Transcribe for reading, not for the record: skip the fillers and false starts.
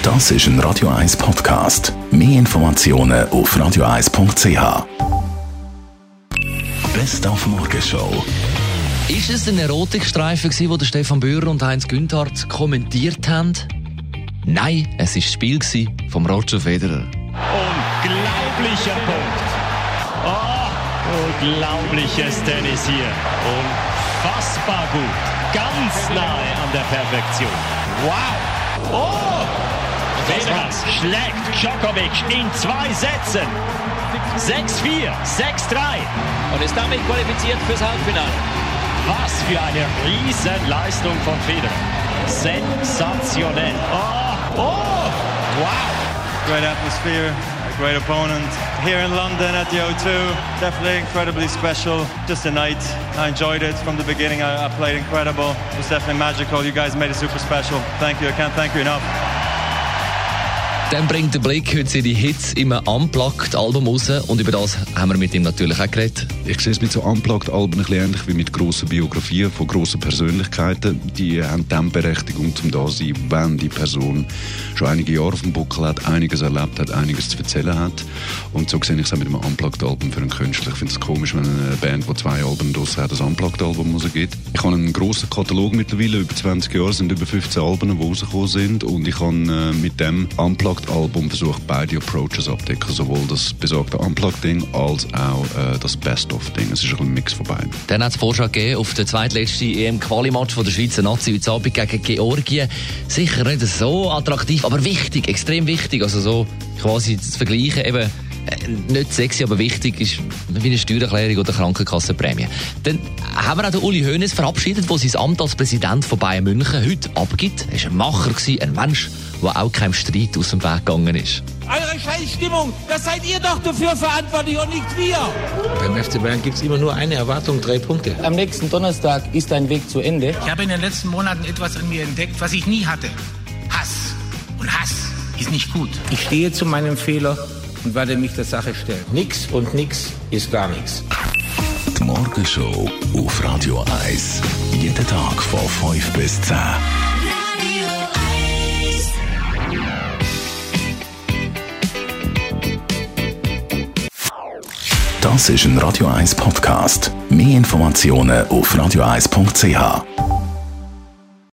Das ist ein Radio 1 Podcast. Mehr Informationen auf radio1.ch. Best auf Morgenshow. Ist es ein Erotikstreifen gewesen, den Stefan Bührer und Heinz Günthardt kommentiert haben? Nein, es war das Spiel von Roger Federer. Unglaublicher Punkt. Unglaubliches Tennis hier. Unfassbar gut. Ganz nahe an der Perfektion. Wow. Federer schlägt Djokovic in 2 Sätzen. 6-4, 6-3. Und ist damit qualifiziert fürs Halbfinale. Was für eine Riesenleistung von Federer. Sensationell. Wow. Great atmosphere, a great opponent. Here in London at the O2, definitely incredibly special. Just a night. I enjoyed it from the beginning. I played incredible. It was definitely magical. You guys made it super special. Thank you. I can't thank you enough. Dann bringt der Blick heute seine Hits im Unplugged-Album raus und über das haben wir mit ihm natürlich auch geredet. Ich sehe es mit so Unplugged-Alben ein bisschen ähnlich wie mit grossen Biografien von grossen Persönlichkeiten. Die haben dann Berechtigung zum da sein, wenn die Person schon einige Jahre auf dem Buckel hat, einiges erlebt hat, einiges zu erzählen hat. Und so sehe ich es auch mit einem Unplugged-Album für einen Künstler. Ich finde es komisch, wenn eine Band, die 2 Alben draussen hat, ein Unplugged-Album rausgibt. Ich habe einen grossen Katalog mittlerweile, über 20 Jahre sind über 15 Alben, die rausgekommen sind und ich habe mit dem Unplugged-Album versucht, beide Approaches abdecken, sowohl das besagte Unplugged-Ding als auch das Best-of-Ding. Es ist ein Mix von beiden. Dann hat es Vorschlag gegeben auf den zweitletzten EM-Quali-Match von der Schweizer Nazi heute Abend gegen Georgien. Sicher nicht so attraktiv, aber wichtig, extrem wichtig. Also so quasi zu vergleichen, eben nicht sexy, aber wichtig ist wie eine Steuererklärung oder Krankenkassenprämie. Dann haben wir auch den Uli Hoeneß verabschiedet, der sein Amt als Präsident von Bayern München heute abgibt. Er war ein Macher, ein Mensch, der auch keinem Streit aus dem Weg gegangen ist. Eure Scheißstimmung, das seid ihr doch dafür verantwortlich und nicht wir. Beim FC Bayern gibt es immer nur eine Erwartung, 3 Punkte. Am nächsten Donnerstag ist dein Weg zu Ende. Ich habe in den letzten Monaten etwas an mir entdeckt, was ich nie hatte. Hass. Und Hass ist nicht gut. Ich stehe zu meinem Fehler und werde mich der Sache stellen. Nix und nix ist gar nichts. Die Morgenshow auf Radio 1. Jeden Tag von 5 bis 10. Das ist ein Radio 1 Podcast. Mehr Informationen auf radio1.ch.